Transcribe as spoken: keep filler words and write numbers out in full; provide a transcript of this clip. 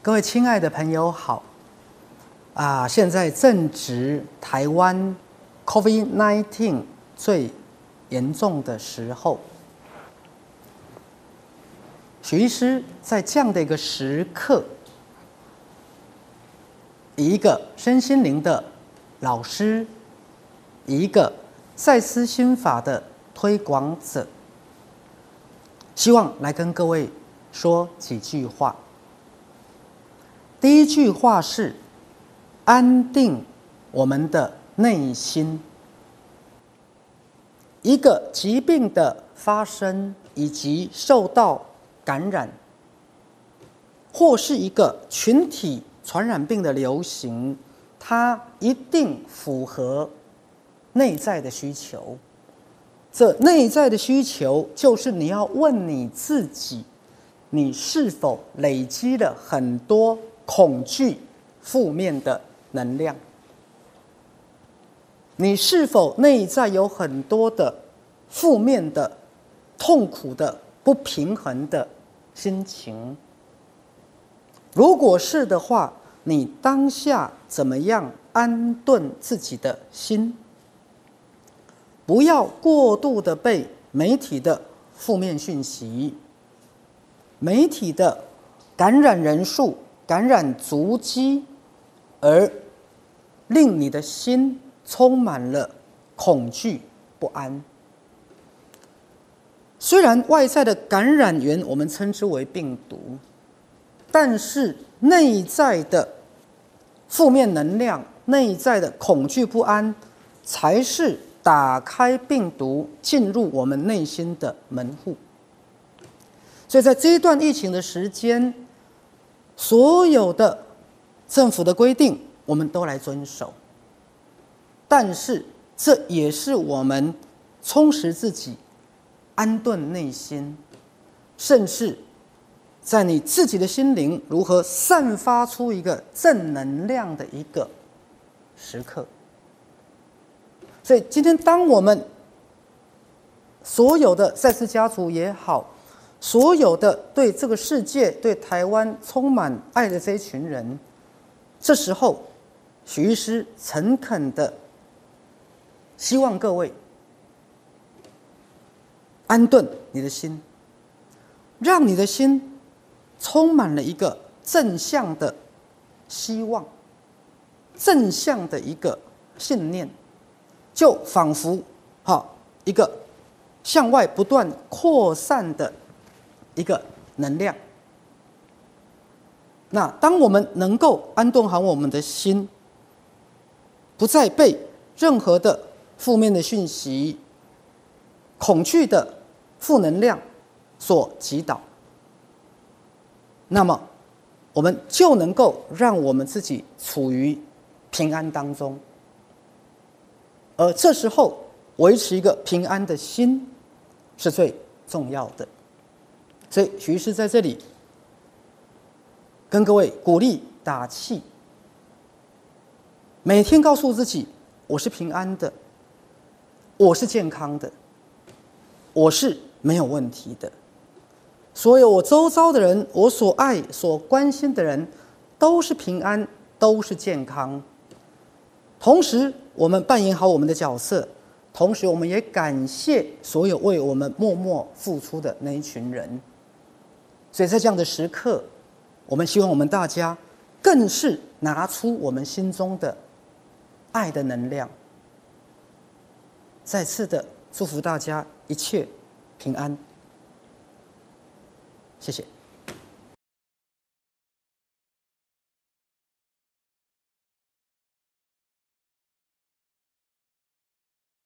各位亲爱的朋友好，啊，现在正值台湾 COVID 十九 最严重的时候，许医师在这样的一个时刻，以一个身心灵的老师，以一个赛斯心法的推广者，希望来跟各位说几句话。第一句话是安定我们的内心。一个疾病的发生以及受到感染，或是一个群体传染病的流行，它一定符合内在的需求。这内在的需求就是你要问你自己，你是否累积了很多恐惧、负面的能量？你是否内在有很多的负面的、痛苦的、不平衡的心情？如果是的话，你当下怎么样安顿自己的心？不要过度的被媒体的负面讯息、媒体的感染人数、感染足迹，而令你的心充满了恐惧不安。虽然外在的感染源我们称之为病毒，但是内在的负面能量、内在的恐惧不安，才是打开病毒进入我们内心的门户。所以在这一段疫情的时间，所有的政府的规定我们都来遵守，但是这也是我们充实自己、安顿内心，甚至在你自己的心灵如何散发出一个正能量的一个时刻。所以今天当我们所有的赛斯家族也好，所有的对这个世界、对台湾充满爱的这一群人，这时候许医师诚恳的希望各位安顿你的心，让你的心充满了一个正向的希望，正向的一个信念，就仿佛好一个向外不断扩散的一个能量。那当我们能够安顿好我们的心，不再被任何的负面的讯息、恐惧的负能量所击倒，那么我们就能够让我们自己处于平安当中。而这时候维持一个平安的心是最重要的。所以许医师在这里跟各位鼓励打气，每天告诉自己，我是平安的，我是健康的，我是没有问题的。所有我周遭的人，我所爱所关心的人，都是平安，都是健康。同时我们扮演好我们的角色，同时我们也感谢所有为我们默默付出的那一群人。所以在这样的时刻，我们希望我们大家更是拿出我们心中的爱的能量。再次的祝福大家一切平安，谢谢。